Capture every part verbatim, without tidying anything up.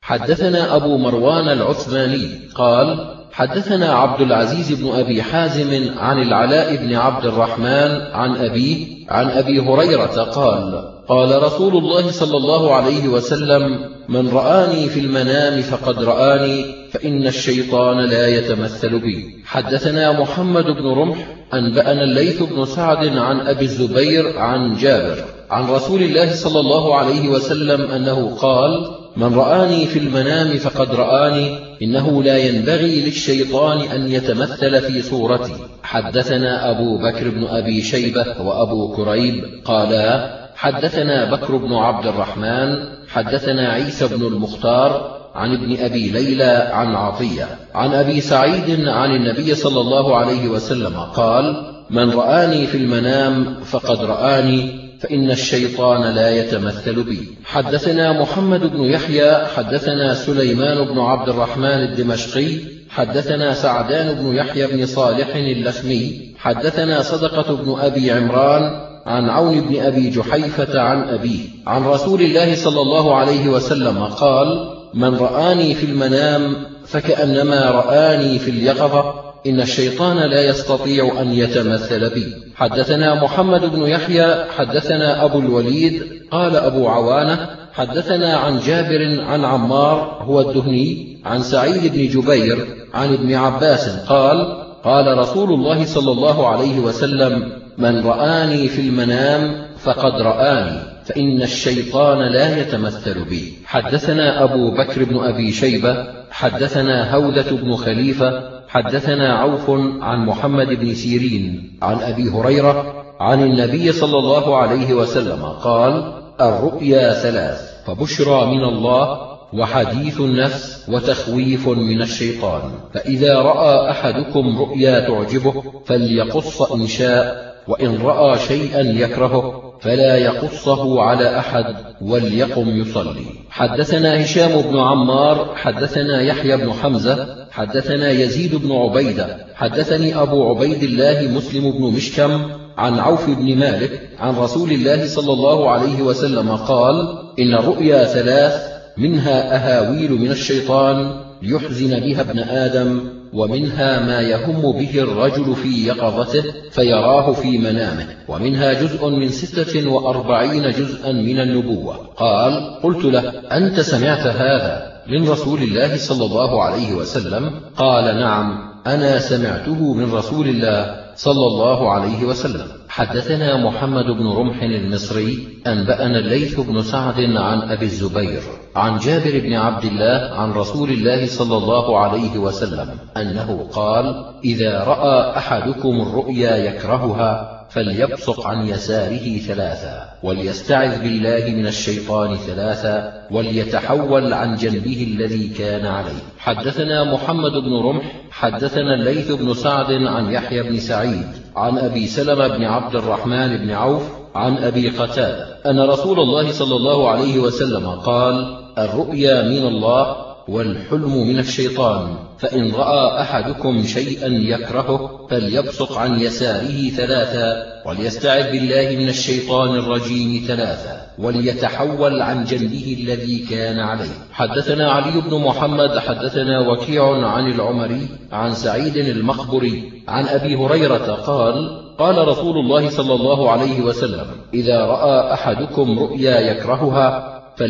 حدثنا أبو مروان العثماني قال حدثنا عبد العزيز بن أبي حازم عن العلاء بن عبد الرحمن عن أبيه عن أبي هريرة قال قال رسول الله صلى الله عليه وسلم من رآني في المنام فقد رآني فإن الشيطان لا يتمثل بي. حدثنا محمد بن رمح أنبأنا الليث بن سعد عن أبي الزبير عن جابر عن رسول الله صلى الله عليه وسلم أنه قال من رآني في المنام فقد رآني إنه لا ينبغي للشيطان أن يتمثل في صورتي. حدثنا أبو بكر بن أبي شيبة وأبو كريب قالا حدثنا بكر بن عبد الرحمن حدثنا عيسى بن المختار عن ابن أبي ليلى عن عطية عن أبي سعيد عن النبي صلى الله عليه وسلم قال من رآني في المنام فقد رآني فإن الشيطان لا يتمثل بي. حدثنا محمد بن يحيى حدثنا سليمان بن عبد الرحمن الدمشقي حدثنا سعدان بن يحيى بن صالح اللخمي حدثنا صدقة بن أبي عمران عن عون بن أبي جحيفة عن أبيه عن رسول الله صلى الله عليه وسلم قال من رآني في المنام فكأنما رآني في اليقظة إن الشيطان لا يستطيع أن يتمثل بي. حدثنا محمد بن يحيى حدثنا أبو الوليد قال أبو عوانة حدثنا عن جابر عن عمار هو الدهني عن سعيد بن جبير عن ابن عباس قال قال رسول الله صلى الله عليه وسلم من رآني في المنام فقد رآني فإن الشيطان لا يتمثل بي. حدثنا أبو بكر بن أبي شيبة حدثنا هودة بن خليفة حدثنا عوف عن محمد بن سيرين عن أبي هريرة عن النبي صلى الله عليه وسلم قال الرؤيا ثلاث فبشرى من الله وحديث النفس وتخويف من الشيطان فإذا رأى أحدكم رؤيا تعجبه فليقص إن شاء وإن رأى شيئا يكرهه فلا يقصه على أحد وليقم يصلي. حدثنا هشام بن عمار حدثنا يحيى بن حمزة حدثنا يزيد بن عبيدة حدثني أبو عبيد الله مسلم بن مشكم عن عوف بن مالك عن رسول الله صلى الله عليه وسلم قال إن الرؤيا ثلاث منها أهاويل من الشيطان ليحزن بها ابن آدم ومنها ما يهم به الرجل في يقظته فيراه في منامه ومنها جزء من ستة وأربعين جزءا من النبوة. قال قلت له أنت سمعت هذا من رسول الله صلى الله عليه وسلم؟ قال نعم أنا سمعته من رسول الله صلى الله عليه وسلم. حدثنا محمد بن رمح المصري أنبأنا الليث بن سعد عن أبي الزبير عن جابر بن عبد الله عن رسول الله صلى الله عليه وسلم أنه قال إذا رأى أحدكم الرؤيا يكرهها فليبصق عن يساره ثلاثا وليستعذ بالله من الشيطان ثلاثا وليتحول عن جنبه الذي كان عليه. حدثنا محمد بن رمح حدثنا الليث بن سعد عن يحيى بن سعيد عن أبي سلمة بن عبد الرحمن بن عوف عن أبي قتادة أن رسول الله صلى الله عليه وسلم قال الرؤيا من الله والحلم من الشيطان فإن رأى أحدكم شيئا يكرهه فليبصق عن يساره ثلاثا وليستعذ بالله من الشيطان الرجيم ثلاثا وليتحول عن جنبه الذي كان عليه. حدثنا علي بن محمد حدثنا وكيع عن العمري عن سعيد المخبري عن أبي هريرة قال قال رسول الله صلى الله عليه وسلم إذا رأى أحدكم رؤيا يكرهها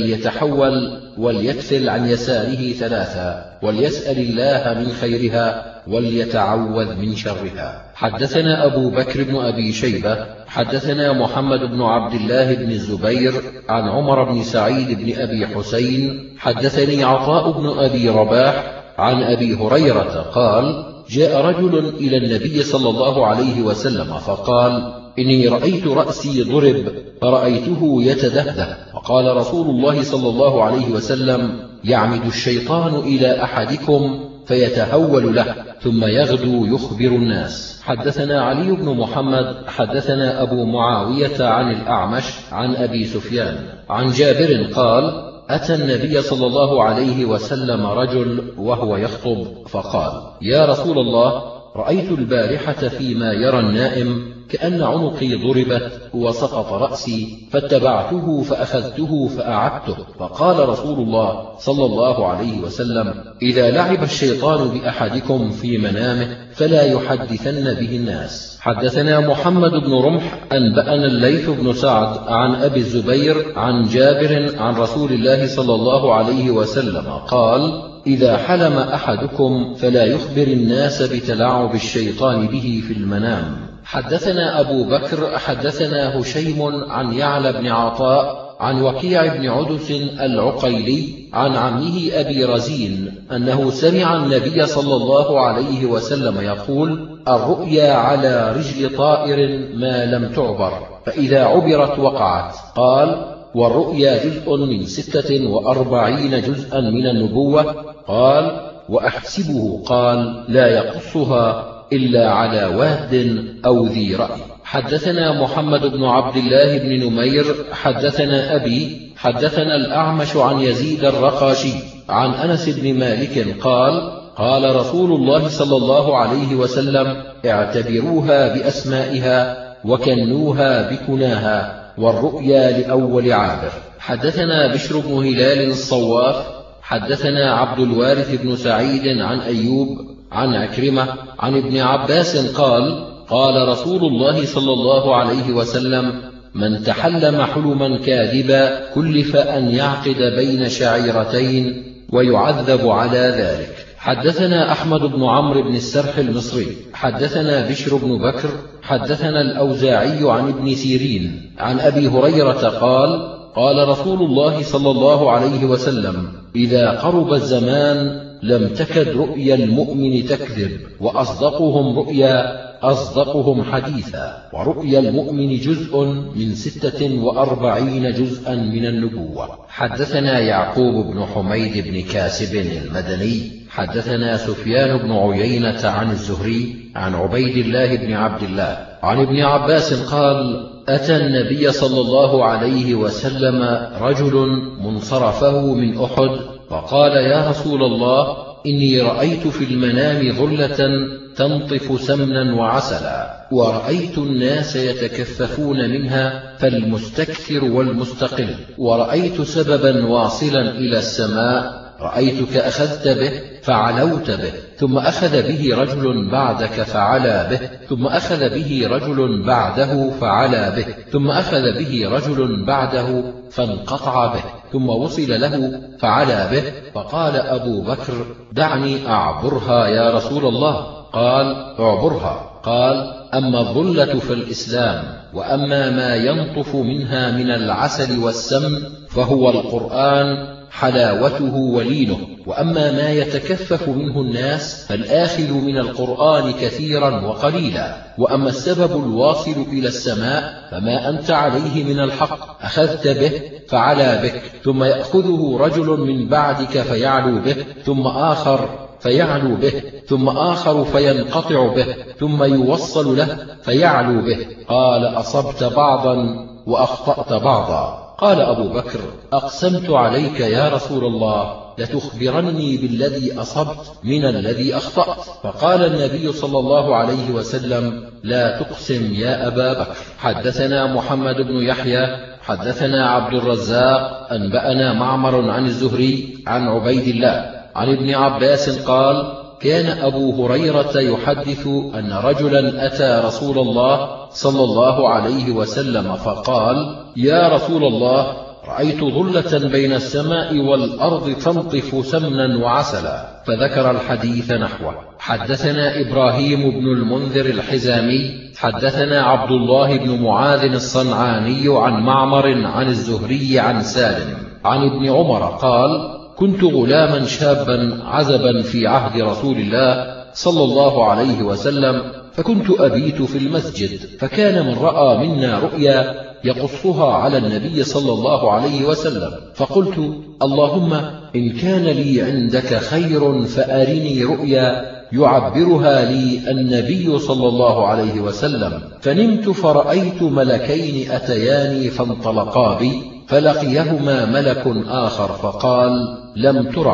فليتحول وليكفل عن يساره ثلاثا وليسأل الله من خيرها وليتعوذ من شرها. حدثنا أبو بكر بن أبي شيبة حدثنا محمد بن عبد الله بن الزبير عن عمر بن سعيد بن أبي حسين حدثني عطاء بن أبي رباح عن أبي هريرة قال جاء رجل إلى النبي صلى الله عليه وسلم فقال إني رأيت رأسي ضرب فرأيته يتدهده وقال رسول الله صلى الله عليه وسلم يعمد الشيطان إلى أحدكم فيتهول له ثم يغدو يخبر الناس. حدثنا علي بن محمد حدثنا أبو معاوية عن الأعمش عن أبي سفيان عن جابر قال أتى النبي صلى الله عليه وسلم رجل وهو يخطب فقال يا رسول الله رأيت البارحة فيما يرى النائم كأن عنقي ضربت وسقط رأسي، فاتبعته فأخذته فأعدته. فقال رسول الله صلى الله عليه وسلم: إذا لعب الشيطان بأحدكم في منامه فلا يحدثن به الناس. حدثنا محمد بن رمح أنبأنا الليث بن سعد عن أبي الزبير عن جابر عن رسول الله صلى الله عليه وسلم قال: إذا حلم أحدكم فلا يخبر الناس بتلاعب الشيطان به في المنام. حدثنا أبو بكر حدثنا هشيم عن يعلى بن عطاء عن وكيع بن عدس العقيلي عن عمه أبي رزين أنه سمع النبي صلى الله عليه وسلم يقول: الرؤيا على رجل طائر ما لم تعبر، فإذا عبرت وقعت. قال: والرؤيا جزء من ستة وأربعين جزءا من النبوة. قال: وأحسبه قال: لا يقصها إلا على واد أو ذي رأي. حدثنا محمد بن عبد الله بن نمير حدثنا أبي حدثنا الأعمش عن يزيد الرقاشي عن أنس بن مالك قال: قال رسول الله صلى الله عليه وسلم: اعتبروها بأسمائها وكنوها بكناها، والرؤيا لأول عابر. حدثنا بشر بن هلال الصواف حدثنا عبد الوارث بن سعيد عن أيوب عن عكرمة عن ابن عباس قال: قال رسول الله صلى الله عليه وسلم: من تحلم حلما كاذبا كلف أن يعقد بين شعيرتين ويعذب على ذلك. حدثنا أحمد بن عمرو بن السرح المصري حدثنا بشر بن بكر حدثنا الأوزاعي عن ابن سيرين عن أبي هريرة قال: قال رسول الله صلى الله عليه وسلم: إذا قرب الزمان لم تكد رؤيا المؤمن تكذب، وأصدقهم رؤيا أصدقهم حديثا، ورؤيا المؤمن جزء من ستة وأربعين جزءا من النبوة. حدثنا يعقوب بن حميد بن كاسب المدني حدثنا سفيان بن عيينة عن الزهري عن عبيد الله بن عبد الله عن ابن عباس قال: أتى النبي صلى الله عليه وسلم رجل منصرفه من أحد فقال: يا رسول الله، إني رأيت في المنام ظلة تنطف سمنا وعسلا، ورأيت الناس يتكففون منها فالمستكثر والمستقل، ورأيت سببا واصلا إلى السماء، رأيتك أخذت به فعلوت به، ثم أخذ به رجل بعدك فعلى به، ثم أخذ به رجل بعده فعلى به، ثم أخذ به رجل بعده فانقطع به، ثم وصل له فعلى به. فقال أبو بكر: دعني أعبرها يا رسول الله. قال: اعبرها. قال: أما الظلة فالإسلام، وأما ما ينطف منها من العسل والسمن فهو القرآن حلاوته ولينه، وأما ما يتكفف منه الناس فالآخذ من القرآن كثيرا وقليلا، وأما السبب الواصل إلى السماء فما أنت عليه من الحق أخذت به فعلى بك، ثم يأخذه رجل من بعدك فيعلو به، ثم آخر فيعلو به، ثم آخر فينقطع به، ثم يوصل له فيعلو به. قال: أصبت بعضا وأخطأت بعضا. قال أبو بكر: أقسمت عليك يا رسول الله لتخبرني بالذي أصبت من الذي أخطأت. فقال النبي صلى الله عليه وسلم: لا تقسم يا أبا بكر. حدثنا محمد بن يحيى حدثنا عبد الرزاق أنبأنا معمر عن الزهري عن عبيد الله عن ابن عباس قال: كان أبو هريرة يحدث أن رجلا أتى رسول الله صلى الله عليه وسلم فقال: يا رسول الله، رأيت ظلة بين السماء والأرض تنطف سمنا وعسلا، فذكر الحديث نحوه. حدثنا إبراهيم بن المنذر الحزامي حدثنا عبد الله بن معاذ الصنعاني عن معمر عن الزهري عن سالم عن ابن عمر قال: كنت غلاما شابا عزبا في عهد رسول الله صلى الله عليه وسلم، فكنت أبيت في المسجد، فكان من رأى منا رؤيا يقصها على النبي صلى الله عليه وسلم، فقلت: اللهم إن كان لي عندك خير فأرني رؤيا يعبرها لي النبي صلى الله عليه وسلم. فنمت فرأيت ملكين أتياني فانطلقا بي، فلقيهما ملك آخر فقال: لم ترع،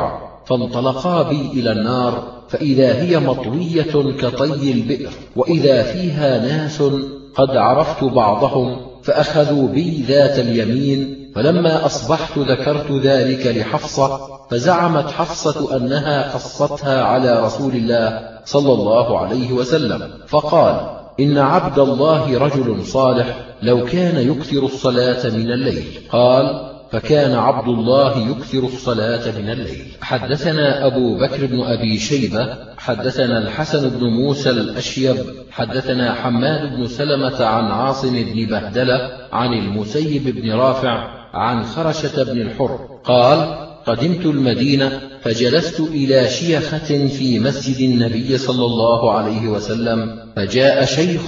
فانطلقا بي إلى النار، فإذا هي مطوية كطي البئر، وإذا فيها ناس قد عرفت بعضهم، فأخذوا بي ذات اليمين. فلما أصبحت ذكرت ذلك لحفصة، فزعمت حفصة أنها قصتها على رسول الله صلى الله عليه وسلم، فقال: إن عبد الله رجل صالح لو كان يكثر الصلاة من الليل. قال: فكان عبد الله يكثر الصلاة من الليل. حدثنا أبو بكر بن أبي شيبة حدثنا الحسن بن موسى الأشيب حدثنا حماد بن سلمة عن عاصم بن بهدلة عن المسيب بن رافع عن خرشة بن الحر قال: قدمت المدينة فجلست إلى شيخة في مسجد النبي صلى الله عليه وسلم، فجاء شيخ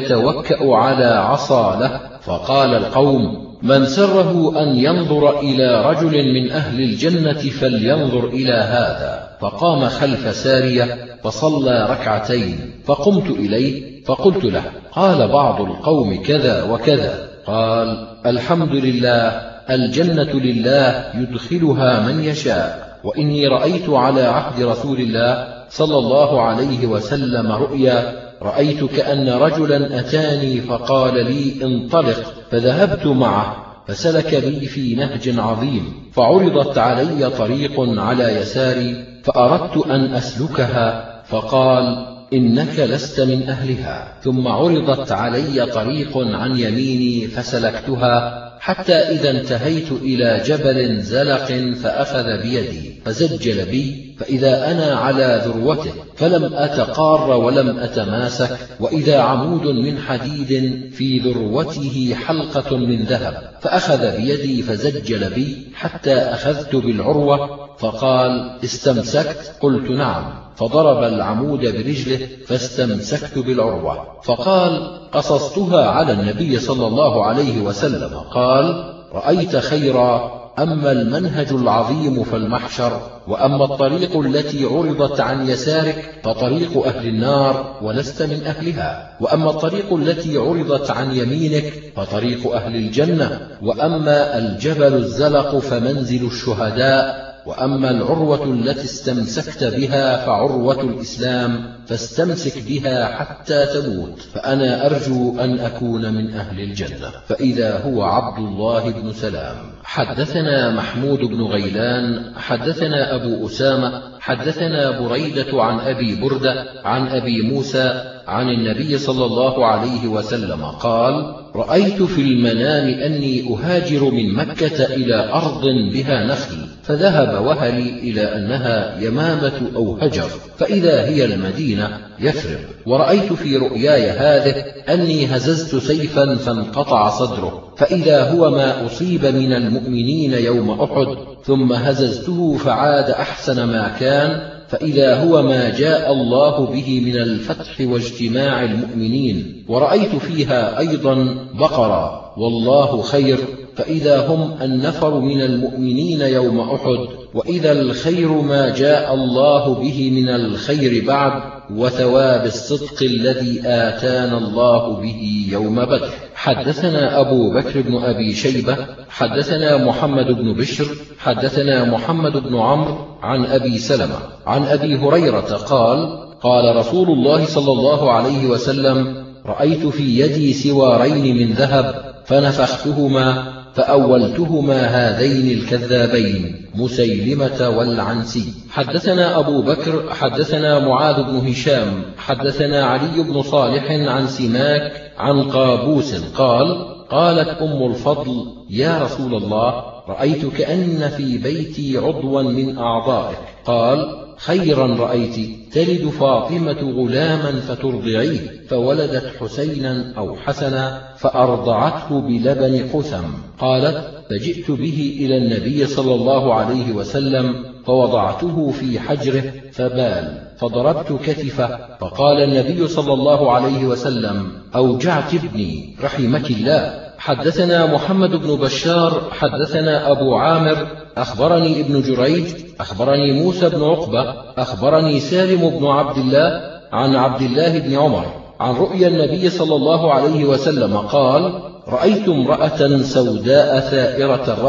يتوكأ على عصا له، فقال القوم: من سره أن ينظر إلى رجل من أهل الجنة فلينظر إلى هذا. فقام خلف سارية فصلى ركعتين، فقمت إليه فقلت له: قال بعض القوم كذا وكذا. قال: الحمد لله، الجنة لله يدخلها من يشاء، وإني رأيت على عهد رسول الله صلى الله عليه وسلم رؤيا، رأيت كأن رجلا أتاني فقال لي: انطلق، فذهبت معه، فسلك بي في نهج عظيم، فعرضت علي طريق على يساري، فأردت أن أسلكها، فقال: إنك لست من أهلها. ثم عرضت علي طريق عن يميني فسلكتها، حتى إذا انتهيت إلى جبل زلق فأخذ بيدي فزجل بي، فإذا أنا على ذروته، فلم أتقار ولم أتماسك، وإذا عمود من حديد في ذروته حلقة من ذهب، فأخذ بيدي فزجل بي حتى أخذت بالعروة، فقال: استمسكت؟ قلت: نعم. فضرب العمود برجله فاستمسكت بالعروة، فقال: قصصتها على النبي صلى الله عليه وسلم. قال: رأيت خيرا، أما المنهج العظيم فالمحشر، وأما الطريق التي عرضت عن يسارك فطريق أهل النار ولست من أهلها، وأما الطريق التي عرضت عن يمينك فطريق أهل الجنة، وأما الجبل الزلق فمنزل الشهداء، وأما العروة التي استمسكت بها فعروة الإسلام، فاستمسك بها حتى تموت، فأنا أرجو أن أكون من أهل الجنة. فإذا هو عبد الله بن سلام. حدثنا محمود بن غيلان حدثنا أبو أسامة حدثنا بريدة عن أبي بردة عن أبي موسى عن النبي صلى الله عليه وسلم قال: رأيت في المنام أني أهاجر من مكة إلى أرض بها نخل، فذهب وهلي إلى أنها يمامة أو هجر، فإذا هي المدينة يثرب. ورأيت في رؤياي هذه أني هززت سيفا فانقطع صدره، فإذا هو ما أصيب من المؤمنين يوم أحد، ثم هززته فعاد أحسن ما كان، فإذا هو ما جاء الله به من الفتح واجتماع المؤمنين. ورأيت فيها أيضا بقرة، والله خير، فإذا هم النفر من المؤمنين يوم أحد، وإذا الخير ما جاء الله به من الخير بعد، وثواب الصدق الذي آتانا الله به يوم بدر. حدثنا أبو بكر بن أبي شيبة حدثنا محمد بن بشر حدثنا محمد بن عمرو عن أبي سلمة عن أبي هريرة قال: قال رسول الله صلى الله عليه وسلم: رأيت في يدي سوارين من ذهب، فنفختهما فأولتهما هذين الكذابين مسيلمة والعنسي. حدثنا أبو بكر حدثنا معاذ بن هشام حدثنا علي بن صالح عن سماك عن قابوس قال: قالت أم الفضل: يا رسول الله، رأيت كأن في بيتي عضوا من أعضائك. قال: خيرا رأيت، تلد فاطمة غلاما فترضعيه، فولدت حسينا أو حسنا فأرضعته بلبن قثم. قالت: فجئت به إلى النبي صلى الله عليه وسلم فوضعته في حجره فبال، فضربت كتفه، فقال النبي صلى الله عليه وسلم: أوجعت ابني رحمك الله. حدثنا محمد بن بشار حدثنا أبو عامر أخبرني ابن جريج أخبرني موسى بن عقبة أخبرني سالم بن عبد الله عن عبد الله بن عمر عن رؤيا النبي صلى الله عليه وسلم قال: رأيت امرأة سوداء ثائرة الرأس،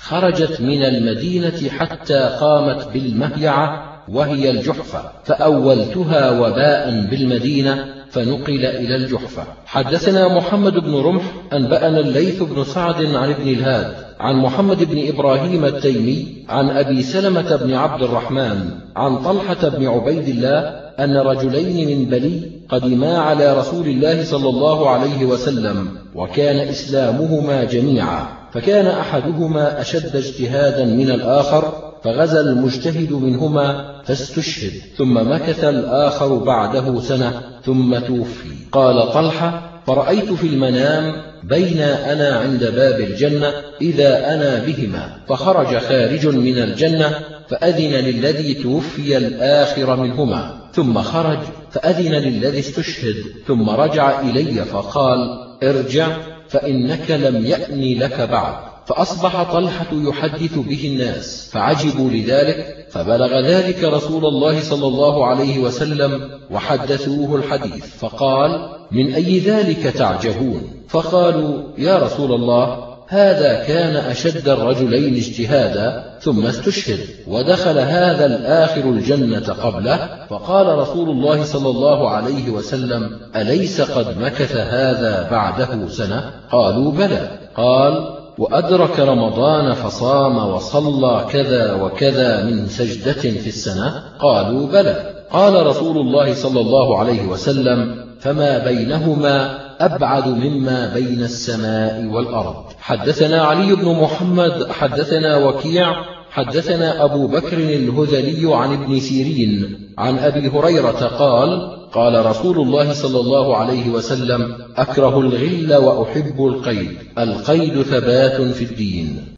خرجت من المدينة حتى قامت بالمهيعة وهي الجحفة، فأولتها وباء بالمدينة فنقل إلى الجحفة. حدثنا محمد بن رمح أنبأنا الليث بن سعد عن ابن الهاد عن محمد بن إبراهيم التيمي عن أبي سلمة بن عبد الرحمن عن طلحة بن عبيد الله أن رجلين من بلي قدما على رسول الله صلى الله عليه وسلم، وكان إسلامهما جميعا، فكان أحدهما أشد اجتهادا من الآخر، فغزا المجتهد منهما فاستشهد، ثم مكث الآخر بعده سنة ثم توفي. قال طلحة: فرأيت في المنام بين أنا عند باب الجنة إذا أنا بهما، فخرج خارج من الجنة فأذن للذي توفي الآخر منهما، ثم خرج فأذن للذي استشهد، ثم رجع إلي فقال: ارجع فإنك لم يأن لك بعد. فأصبح طلحة يحدث به الناس فعجبوا لذلك، فبلغ ذلك رسول الله صلى الله عليه وسلم وحدثوه الحديث، فقال: من أي ذلك تعجبون؟ فقالوا: يا رسول الله، هذا كان أشد الرجلين اجتهادا ثم استشهد، ودخل هذا الآخر الجنة قبله. فقال رسول الله صلى الله عليه وسلم: أليس قد مكث هذا بعده سنة؟ قالوا: بلى. قال: وأدرك رمضان فصام وصلى كذا وكذا من سجدة في السنة؟ قالوا: بلى. قال رسول الله صلى الله عليه وسلم: فما بينهما أبعد مما بين السماء والأرض. حدثنا علي بن محمد حدثنا وكيع حدثنا أبو بكر الهذلي عن ابن سيرين عن أبي هريرة قال: قال رسول الله صلى الله عليه وسلم: أكره الغل وأحب القيد، القيد ثبات في الدين.